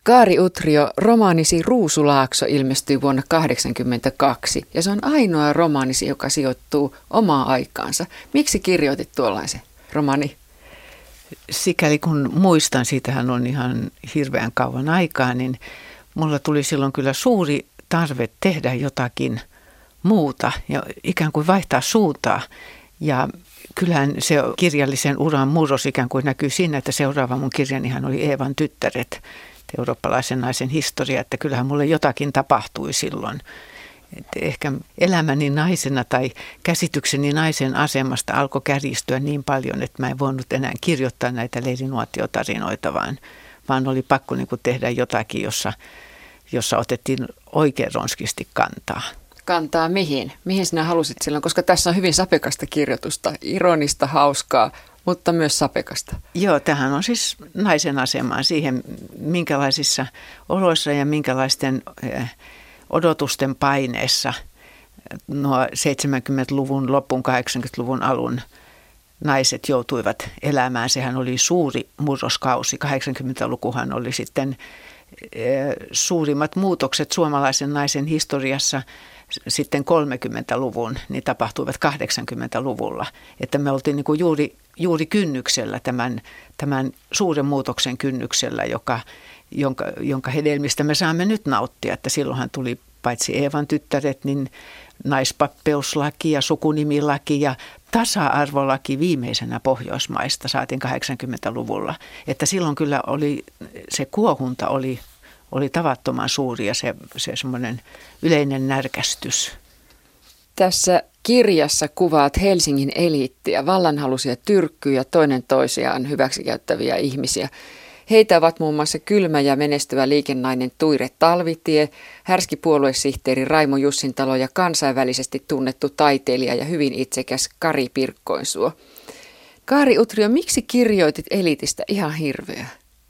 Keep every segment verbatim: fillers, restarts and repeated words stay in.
Kaari Utrio, romaanisi Ruusulaakso ilmestyi vuonna tuhatyhdeksänsataakahdeksankymmentäkaksi ja se on ainoa romaanisi, joka sijoittuu omaan aikaansa. Miksi kirjoitit tuollaisen romaani? Sikäli kun muistan, siitähän on ihan hirveän kauan aikaa, niin mulla tuli silloin kyllä suuri tarve tehdä jotakin muuta ja ikään kuin vaihtaa suuntaa. Ja kyllähän se kirjallisen uran murros ikään kuin näkyy siinä, että seuraava mun kirjanihan oli Eevan tyttäret, eurooppalaisen naisen historia, että kyllähän mulle jotakin tapahtui silloin. Että ehkä elämäni naisena tai käsitykseni naisen asemasta alkoi kärjistyä niin paljon, että mä en voinut enää kirjoittaa näitä leirinuotiotarinoita, vaan, vaan oli pakko niin kuin tehdä jotakin, jossa, jossa otettiin oikein ronskisti kantaa. Kantaa mihin? Mihin sinä halusit silloin? Koska tässä on hyvin sapekasta kirjoitusta, ironista, hauskaa, mutta myös sapekasta. Joo, tämähän on siis naisen asemaan siihen, minkälaisissa oloissa ja minkälaisten odotusten paineessa nuo seitsemänkymmentäluvun lopun, kahdeksankymmentäluvun alun naiset joutuivat elämään. Sehän oli suuri murroskausi. kahdeksankymmentälukuhan oli sitten suurimmat muutokset suomalaisen naisen historiassa. Sitten kolmekymmentäluvun, niin tapahtuivat kahdeksankymmentäluvulla. Että me oltiin niin kuin juuri, juuri kynnyksellä, tämän, tämän suuren muutoksen kynnyksellä, joka, jonka, jonka hedelmistä me saamme nyt nauttia. Että silloinhan tuli paitsi Eevan tyttäret, niin naispapeuslaki ja sukunimilaki ja tasa-arvolaki viimeisenä Pohjoismaista saatiin kahdeksankymmentäluvulla. Että silloin kyllä oli, se kuohunta oli oli tavattoman suuri ja se, se semmoinen yleinen närkästys. Tässä kirjassa kuvaat Helsingin eliittiä, vallanhaluisia tyrkkyjä, toinen toisiaan hyväksikäyttäviä ihmisiä. Heitä ovat muun muassa kylmä ja menestyvä liikennainen Tuire Talvitie, härski puoluesihteeri Raimo Jussintalo ja kansainvälisesti tunnettu taiteilija ja hyvin itsekäs Kari Pirkkoinsuo. Kaari Utrio, miksi kirjoitit eliitistä ihan hirveä?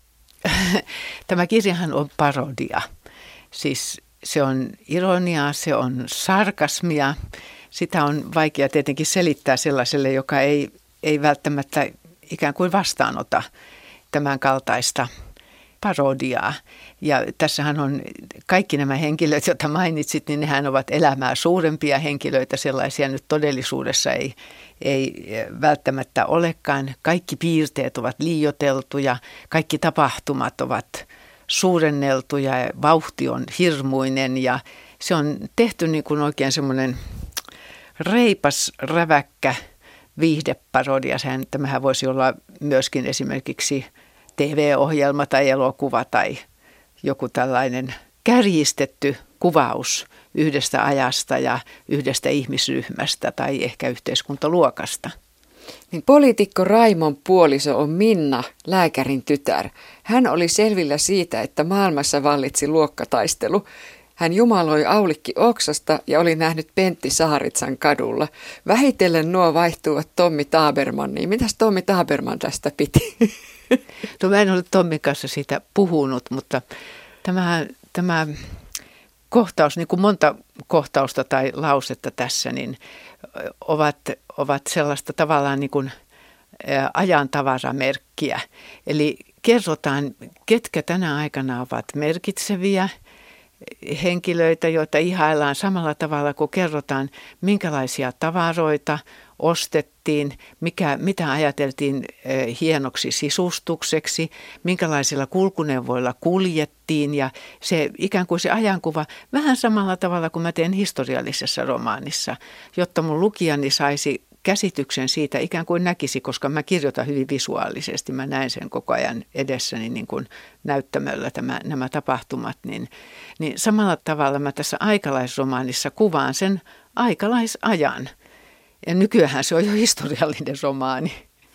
Tämä kirjahan on parodia. Siis se on ironiaa, se on sarkasmia. Sitä on vaikea tietenkin selittää sellaiselle, joka ei, ei välttämättä ikään kuin vastaanota tämän kaltaista parodiaa. Ja tässähän on kaikki nämä henkilöt, joita mainitsit, niin nehän ovat elämää suurempia henkilöitä, sellaisia nyt todellisuudessa ei, ei välttämättä olekaan. Kaikki piirteet ovat liioiteltuja, kaikki tapahtumat ovat suurenneltuja ja vauhti on hirmuinen ja se on tehty niin kuin oikein semmoinen reipas, räväkkä viihdeparodia. Sehän, tämähän voisi olla myöskin esimerkiksi T V-ohjelma tai elokuva tai joku tällainen kärjistetty kuvaus yhdestä ajasta ja yhdestä ihmisryhmästä tai ehkä yhteiskuntaluokasta. Niin poliitikko Raimon puoliso on Minna, lääkärin tytär. Hän oli selvillä siitä, että maailmassa vallitsi luokkataistelu. Hän jumaloi Aulikki Oksasta ja oli nähnyt Pentti Saaritsan kadulla. Vähitellen nuo vaihtuivat Tommi Tabermanniin. Mitäs Tommi Taberman tästä piti? No mä en ole Tommin kanssa siitä puhunut, mutta tämä, tämä kohtaus, niin kuin monta kohtausta tai lausetta tässä, niin ovat, ovat sellaista tavallaan niin kuin ajantavaramerkkiä. Eli kerrotaan, ketkä tänä aikana ovat merkitseviä henkilöitä, joita ihaillaan samalla tavalla kuin kerrotaan, minkälaisia tavaroita ostettiin, mikä, mitä ajateltiin eh, hienoksi sisustukseksi, minkälaisilla kulkuneuvoilla kuljettiin ja se ikään kuin se ajankuva vähän samalla tavalla kuin mä teen historiallisessa romaanissa, jotta mun lukijani saisi käsityksen siitä ikään kuin näkisi, koska mä kirjoitan hyvin visuaalisesti, mä näen sen koko ajan edessäni niin kuin näyttämöllä tämä, nämä tapahtumat, niin, niin samalla tavalla mä tässä aikalaisromaanissa kuvaan sen aikalaisajan. Ja nykyään se on jo historiallinen romaani.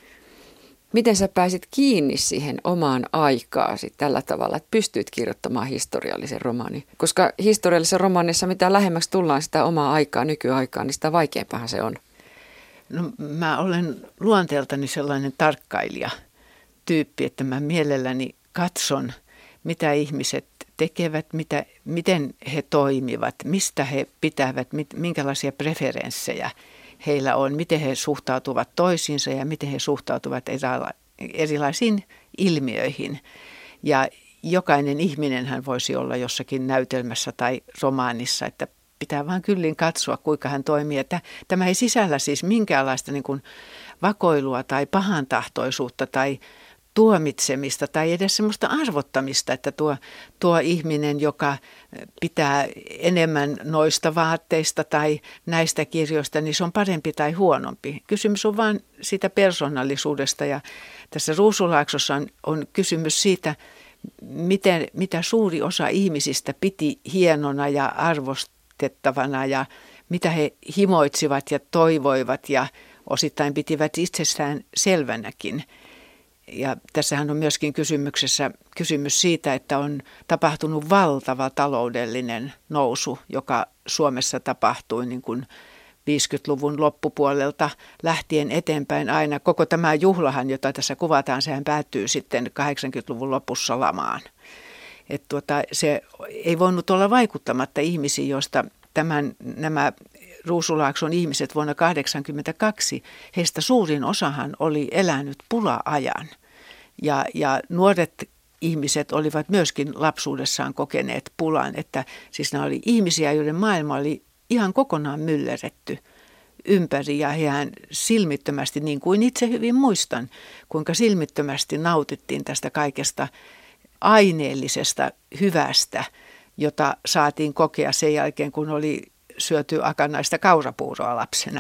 Miten sä pääsit kiinni siihen omaan aikaasi tällä tavalla, että pystyit kirjoittamaan historiallisen romaanin? Koska historiallisessa romaanissa mitä lähemmäksi tullaan sitä omaa aikaa, nykyaikaa, niin sitä vaikeampahan se on. No, mä olen luonteeltani sellainen tarkkailija tyyppi, että mä mielelläni katson, mitä ihmiset tekevät, mitä, miten he toimivat, mistä he pitävät, minkälaisia preferenssejä heillä on, miten he suhtautuvat toisiinsa ja miten he suhtautuvat erilaisiin ilmiöihin. Ja jokainen ihminen hän voisi olla jossakin näytelmässä tai romaanissa, että pitää vaan kyllin katsoa, kuinka hän toimii. Että tämä ei sisällä siis minkäänlaista niin kuin vakoilua tai pahantahtoisuutta tai tuomitsemista tai edes semmoista arvottamista, että tuo, tuo ihminen, joka pitää enemmän noista vaatteista tai näistä kirjoista, niin se on parempi tai huonompi. Kysymys on vain siitä persoonallisuudesta ja tässä Ruusulaaksossa on, on kysymys siitä, miten, mitä suuri osa ihmisistä piti hienona ja arvostettavana ja mitä he himoitsivat ja toivoivat ja osittain pitivät itsestään selvänäkin. Ja tässähän on myöskin kysymyksessä kysymys siitä, että on tapahtunut valtava taloudellinen nousu, joka Suomessa tapahtui niin kuin viisikymmentäluvun loppupuolelta lähtien eteenpäin aina. Koko tämä juhlahan, jota tässä kuvataan, sehän päättyy sitten kahdeksankymmentäluvun lopussa lamaan. Että tuota, se ei voinut olla vaikuttamatta ihmisiin, joista tämän, nämä Ruusulaakson ihmiset vuonna tuhatyhdeksänsataakahdeksankymmentäkaksi, heistä suurin osahan oli elänyt pula-ajan. Ja, ja nuoret ihmiset olivat myöskin lapsuudessaan kokeneet pulan, että siis nämä oli ihmisiä, joiden maailma oli ihan kokonaan myllerretty ympäri ja hehän silmittömästi, niin kuin itse hyvin muistan, kuinka silmittömästi nautittiin tästä kaikesta aineellisesta hyvästä, jota saatiin kokea sen jälkeen, kun oli syöty akanaista kaurapuuroa lapsena.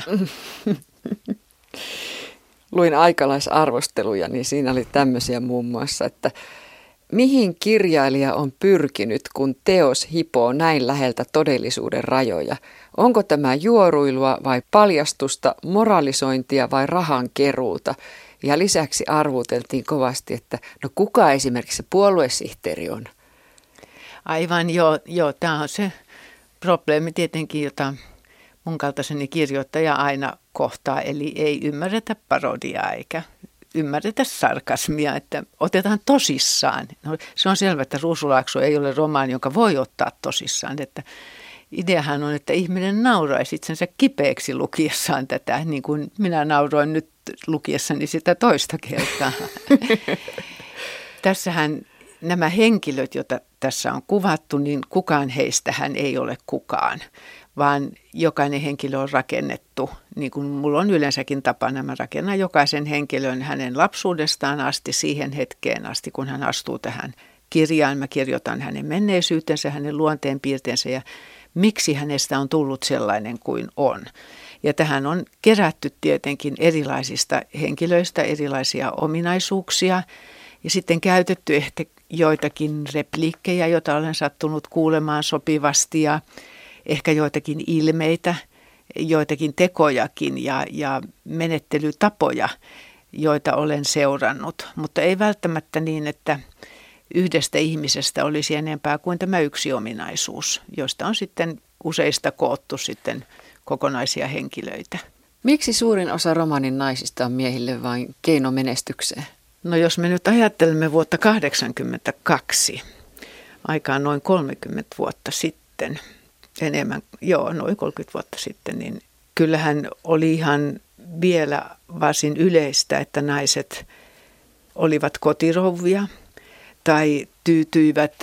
Luin aikalaisarvosteluja, niin siinä oli tämmöisiä muun muassa, että mihin kirjailija on pyrkinyt, kun teos hipoo näin läheltä todellisuuden rajoja? Onko tämä juoruilua vai paljastusta, moralisointia vai rahankeruuta? Ja lisäksi arvuteltiin kovasti, että no kuka esimerkiksi se puoluesihteeri on? Aivan, joo, joo tämä on se probleemi tietenkin, jota mun kaltaiseni kirjoittaja aina kohtaa, eli ei ymmärretä parodiaa eikä ymmärretä sarkasmia, että otetaan tosissaan. No, se on selvä, että Ruusulaakso ei ole romaani, jonka voi ottaa tosissaan, että ideahan on, että ihminen nauraisi itsensä kipeäksi lukiessaan tätä, niin kuin minä nauroin nyt lukiessani sitä toista kertaa. Tässähän nämä henkilöt, joita tässä on kuvattu, niin kukaan heistähän ei ole kukaan, vaan jokainen henkilö on rakennettu, niin kuin mulla on yleensäkin tapana, mä rakennan jokaisen henkilön hänen lapsuudestaan asti siihen hetkeen asti, kun hän astuu tähän kirjaan. Mä kirjoitan hänen menneisyytensä, hänen luonteenpiirteensä ja miksi hänestä on tullut sellainen kuin on. Ja tähän on kerätty tietenkin erilaisista henkilöistä erilaisia ominaisuuksia ja sitten käytetty ehkä joitakin repliikkejä, joita olen sattunut kuulemaan sopivasti ja ehkä joitakin ilmeitä, joitakin tekojakin ja, ja menettelytapoja, joita olen seurannut, mutta ei välttämättä niin, että yhdestä ihmisestä olisi enempää kuin tämä yksi ominaisuus, josta on sitten useista koottu sitten kokonaisia henkilöitä. Miksi suurin osa romanin naisista on miehille vain keino menestykseen? No jos me nyt ajattelemme vuotta tuhatyhdeksänsataakahdeksankymmentäkaksi, aikaan noin kolmekymmentä vuotta sitten, enemmän, joo, noin kolmekymmentä vuotta sitten, niin kyllähän oli ihan vielä varsin yleistä, että naiset olivat kotirouvia tai tyytyivät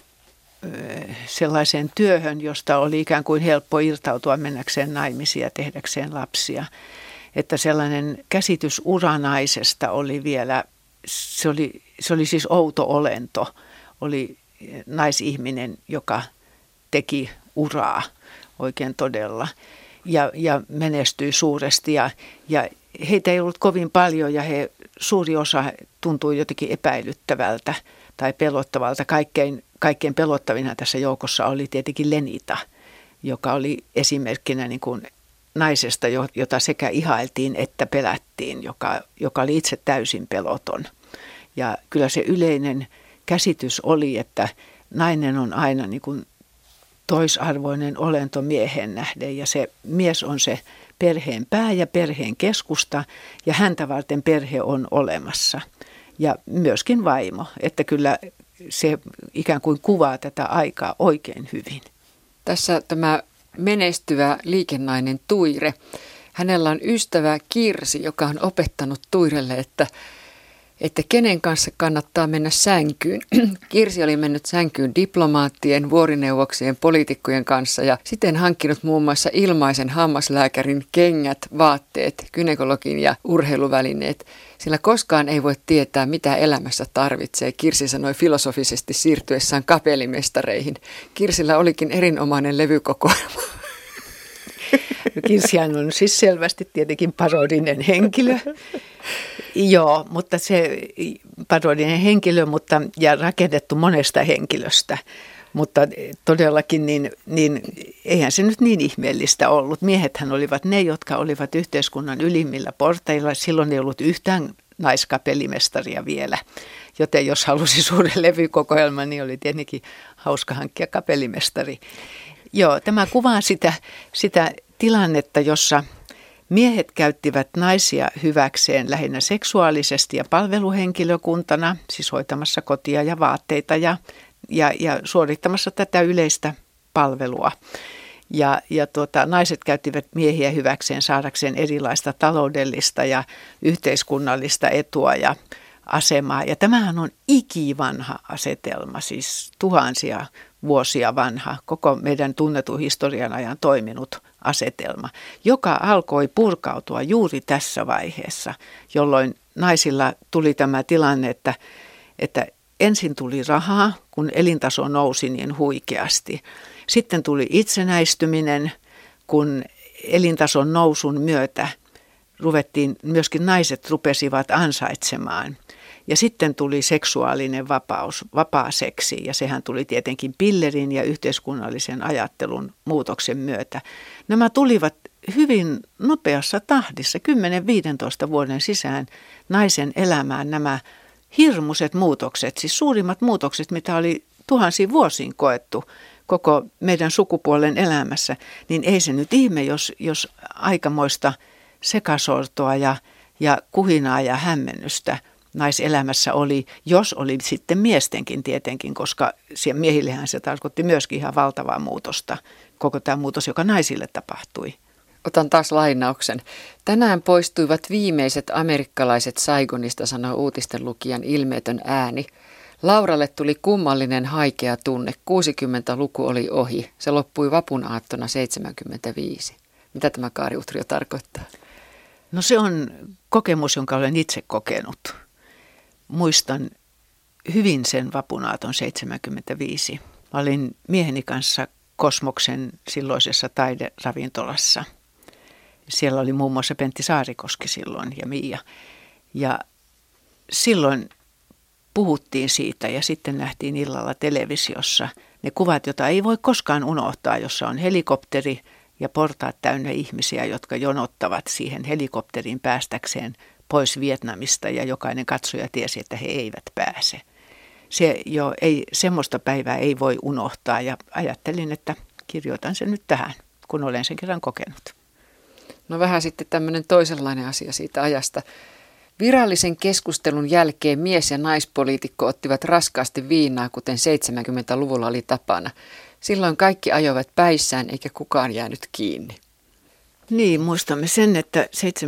sellaiseen työhön, josta oli ikään kuin helppo irtautua mennäkseen naimisiin ja tehdäkseen lapsia. Että sellainen käsitys uranaisesta oli vielä, se oli, se oli siis outo olento, oli naisihminen, joka teki uraa oikein todella ja, ja menestyi suuresti ja, ja heitä ei ollut kovin paljon ja he, suuri osa tuntui jotenkin epäilyttävältä tai pelottavalta. Kaikkein, kaikkein pelottavinha tässä joukossa oli tietenkin Lenita, joka oli esimerkkinä niin kuin naisesta, jota sekä ihailtiin että pelättiin, joka, joka oli itse täysin peloton. Ja kyllä se yleinen käsitys oli, että nainen on aina niin kuin toisarvoinen olento miehen nähden ja se mies on se perheen pää ja perheen keskusta ja häntä varten perhe on olemassa. Ja myöskin vaimo, että kyllä se ikään kuin kuvaa tätä aikaa oikein hyvin. Tässä tämä menestyvä liikennainen Tuire, hänellä on ystävä Kirsi, joka on opettanut Tuirelle, että, että kenen kanssa kannattaa mennä sänkyyn. Kirsi oli mennyt sänkyyn diplomaattien, vuorineuvoksien, poliitikkojen kanssa ja siten hankkinut muun muassa ilmaisen hammaslääkärin kengät, vaatteet, gynekologin ja urheiluvälineet. Sillä koskaan ei voi tietää, mitä elämässä tarvitsee, Kirsi sanoi filosofisesti siirtyessään kapellimestareihin. Kirsillä olikin erinomainen levykokoelma. No, Kirsihän on siis selvästi tietenkin parodinen henkilö. Joo, mutta se parodinen henkilö mutta, ja rakennettu monesta henkilöstä. Mutta todellakin niin, niin eihän se nyt niin ihmeellistä ollut. Miehethän olivat ne, jotka olivat yhteiskunnan ylimmillä portailla. Silloin ei ollut yhtään naiskapellimestaria vielä. Joten jos halusi suuren levykokoelman, niin oli tietenkin hauska hankkia kapellimestari. Joo, tämä kuvaa sitä, sitä tilannetta, jossa miehet käyttivät naisia hyväkseen lähinnä seksuaalisesti ja palveluhenkilökuntana, siis hoitamassa kotia ja vaatteita ja, ja, ja suorittamassa tätä yleistä palvelua. Ja, ja tuota, naiset käyttivät miehiä hyväkseen saadakseen erilaista taloudellista ja yhteiskunnallista etua ja asemaa. Ja tämähän on ikivanha asetelma, siis tuhansia vuosia vanha, koko meidän tunnetun historian ajan toiminut asetelma, joka alkoi purkautua juuri tässä vaiheessa, jolloin naisilla tuli tämä tilanne, että, että ensin tuli rahaa, kun elintaso nousi niin huikeasti. Sitten tuli itsenäistyminen, kun elintason nousun myötä ruvettiin, myöskin naiset rupesivat ansaitsemaan. Ja sitten tuli seksuaalinen vapaus, vapaa seksi, ja sehän tuli tietenkin pillerin ja yhteiskunnallisen ajattelun muutoksen myötä. Nämä tulivat hyvin nopeassa tahdissa, kymmenen viisitoista vuoden sisään naisen elämään nämä hirmuiset muutokset, siis suurimmat muutokset, mitä oli tuhansiin vuosiin koettu koko meidän sukupuolen elämässä, niin ei se nyt ihme, jos, jos aikamoista sekasortoa ja, ja kuhinaa ja hämmennystä naiselämässä oli, jos oli sitten miestenkin tietenkin, koska miehillehän se tarkoitti myöskin ihan valtavaa muutosta, koko tämä muutos, joka naisille tapahtui. Otan taas lainauksen. Tänään poistuivat viimeiset amerikkalaiset Saigonista, sanoi uutisten lukijan ilmeetön ääni. Lauralle tuli kummallinen haikea tunne. kuusikymmentäluku oli ohi. Se loppui vapun aattona seitsemänkymmentäviisi. Mitä tämä Kaari Utrio tarkoittaa? No se on kokemus, jonka olen itse kokenut. Muistan hyvin sen vapunaaton seitsemänkymmentäviisi. Mä olin mieheni kanssa Kosmoksen silloisessa taideravintolassa. Siellä oli muun muassa Pentti Saarikoski silloin ja Miia. Ja silloin puhuttiin siitä ja sitten nähtiin illalla televisiossa ne kuvat, joita ei voi koskaan unohtaa, jossa on helikopteri ja portaat täynnä ihmisiä, jotka jonottavat siihen helikopteriin päästäkseen pois Vietnamista ja jokainen katsoja tiesi, että he eivät pääse. Se jo ei, semmoista päivää ei voi unohtaa ja ajattelin, että kirjoitan sen nyt tähän, kun olen sen kerran kokenut. No vähän sitten tämmöinen toisenlainen asia siitä ajasta. Virallisen keskustelun jälkeen mies- ja naispoliitikko ottivat raskaasti viinaa, kuten seitsemänkymmentäluvulla oli tapana. Silloin kaikki ajoivat päissään eikä kukaan jäänyt kiinni. Niin, muistamme sen, että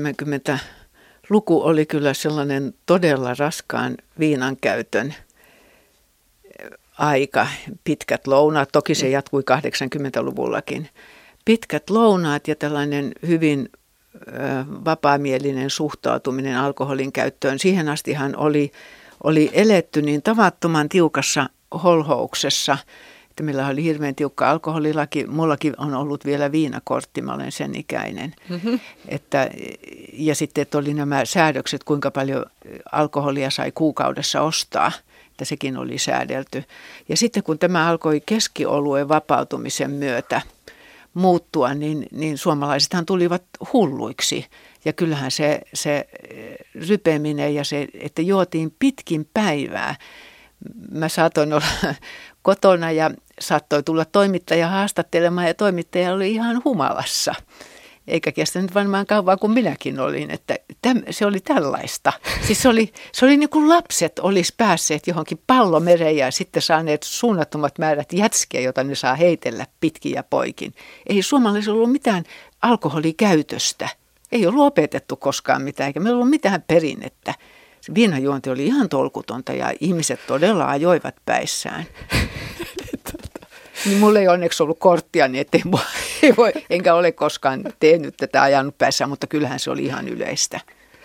seitsemänkymmentäluku oli kyllä sellainen todella raskaan viinan käytön aika. Pitkät lounaat, toki se jatkui kahdeksankymmentäluvullakin. Pitkät lounaat ja tällainen hyvin vapaamielinen suhtautuminen alkoholin käyttöön. Siihen astihan oli, oli eletty niin tavattoman tiukassa holhouksessa, että meillä oli hirveän tiukka alkoholilaki. Mullakin on ollut vielä viinakortti, mä olen sen ikäinen. Mm-hmm. Että, ja sitten että oli nämä säädökset, kuinka paljon alkoholia sai kuukaudessa ostaa, että sekin oli säädelty. Ja sitten kun tämä alkoi keskioluen vapautumisen myötä muuttua, niin, niin suomalaisethan tulivat hulluiksi. Ja kyllähän se, se rypeminen ja se, että juotiin pitkin päivää. Mä saatoin olla kotona ja saattoi tulla toimittaja haastattelemaan ja toimittaja oli ihan humalassa. Eikä kestänyt varmaan kauan kuin minäkin olin, että täm, se oli tällaista. Siis se oli, se oli niin kuin lapset olisi päässeet johonkin pallomereen ja sitten saaneet suunnattomat määrät jätskiä, jota ne saa heitellä pitkin ja poikin. Ei suomalaisilla ollut mitään alkoholikäytöstä. Ei ollut opetettu koskaan mitään, eikä meillä ollut mitään perinnettä. Se viinanjuonti oli ihan tolkutonta ja ihmiset todella ajoivat päissään. Niin mulla ei onneksi ollut korttia, niin ettei mua, ei voi, enkä ole koskaan tehnyt tätä ajanut päissään, mutta kyllähän se oli ihan yleistä.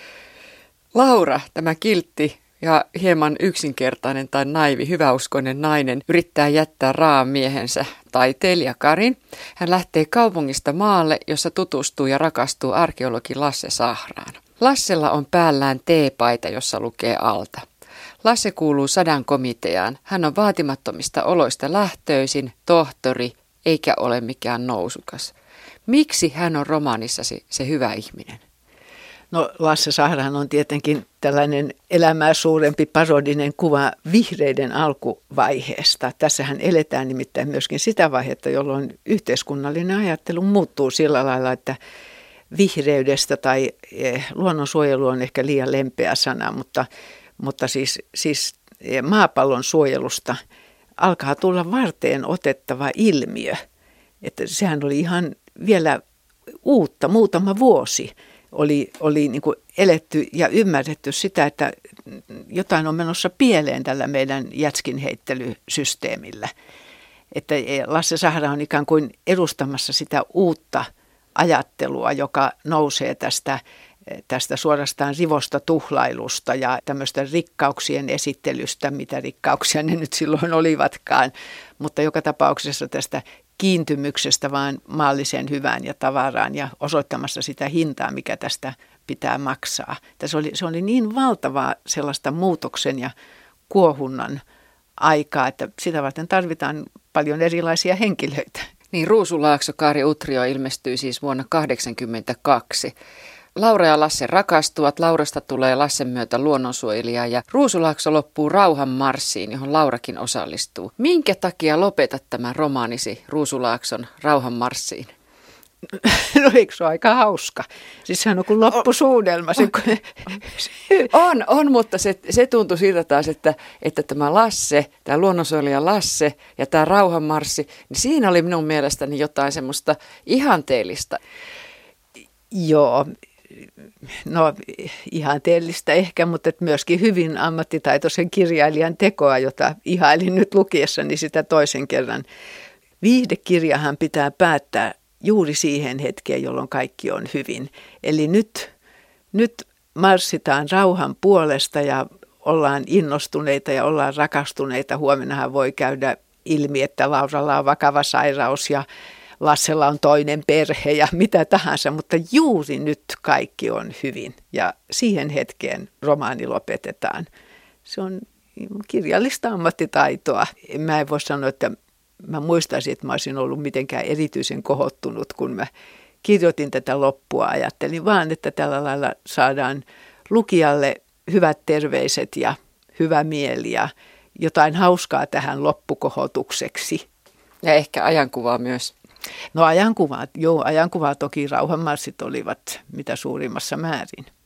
Laura, tämä kiltti ja hieman yksinkertainen tai naivi, hyväuskoinen nainen, yrittää jättää raan miehensä taiteilija Karin. Hän lähtee kaupungista maalle, jossa tutustuu ja rakastuu arkeologi Lasse Sahraan. Lassella on päällään teepaita, jossa lukee alta. Lasse kuuluu sadan komiteaan. Hän on vaatimattomista oloista lähtöisin, tohtori, eikä ole mikään nousukas. Miksi hän on romaanissasi se hyvä ihminen? No Lasse Sahraan on tietenkin tällainen elämää suurempi parodinen kuva vihreiden alkuvaiheesta. Tässähän eletään nimittäin myöskin sitä vaihetta, jolloin yhteiskunnallinen ajattelu muuttuu sillä lailla, että vihreydestä tai luonnonsuojelu on ehkä liian lempeä sana, mutta, mutta siis, siis maapallon suojelusta alkaa tulla varteen otettava ilmiö. Että sehän oli ihan vielä uutta, muutama vuosi. Oli, oli niin kuin eletty ja ymmärretty sitä, että jotain on menossa pieleen tällä meidän jätskinheittelysysteemillä. Että Lasse Sahraan on ikään kuin edustamassa sitä uutta ajattelua, joka nousee tästä, tästä suorastaan rivosta tuhlailusta ja tämmöistä rikkauksien esittelystä, mitä rikkauksia ne nyt silloin olivatkaan, mutta joka tapauksessa tästä kiintymyksestä vaan maalliseen hyvään ja tavaraan ja osoittamassa sitä hintaa, mikä tästä pitää maksaa. Tässä oli, se oli niin valtavaa sellaista muutoksen ja kuohunnan aikaa, että sitä varten tarvitaan paljon erilaisia henkilöitä. Niin, Ruusulaakso, Kaari Utrio ilmestyy siis vuonna tuhatyhdeksänsataakahdeksankymmentäkaksi. Laura ja Lasse rakastuvat, Laurasta tulee Lassen myötä luonnonsuojelija ja Ruusulaakso loppuu rauhan marssiin, johon Laurakin osallistuu. Minkä takia lopetat tämän romaanisi Ruusulaakson rauhan marssiin? No eikö se ole aika hauska? Siis sehän on kuin loppusuudelma. Se, on, on, mutta se, se tuntui siltä taas, että, että tämä Lasse, tämä luonnonsuojelija Lasse ja tämä rauhanmarssi, niin siinä oli minun mielestäni jotain semmoista ihanteellista. Joo, no ihanteellista ehkä, mutta myöskin hyvin ammattitaitoisen kirjailijan tekoa, jota ihailin nyt lukiessani sitä toisen kerran. Viihdekirjahan pitää päättää juuri siihen hetkeen, jolloin kaikki on hyvin. Eli nyt, nyt marssitaan rauhan puolesta ja ollaan innostuneita ja ollaan rakastuneita. Huomennahan voi käydä ilmi, että Lauralla on vakava sairaus ja Lassella on toinen perhe ja mitä tahansa, mutta juuri nyt kaikki on hyvin ja siihen hetkeen romaani lopetetaan. Se on kirjallista ammattitaitoa. Mä en voi sanoa, että mä muistaisin, että mä olisin ollut mitenkään erityisen kohottunut, kun mä kirjoitin tätä loppua. Ajattelin vaan, että tällä lailla saadaan lukijalle hyvät terveiset ja hyvä mieli ja jotain hauskaa tähän loppukohotukseksi. Ja ehkä ajankuvaa myös. No ajankuvat, joo, ajankuvaa toki rauhanmarssit olivat mitä suurimmassa määrin.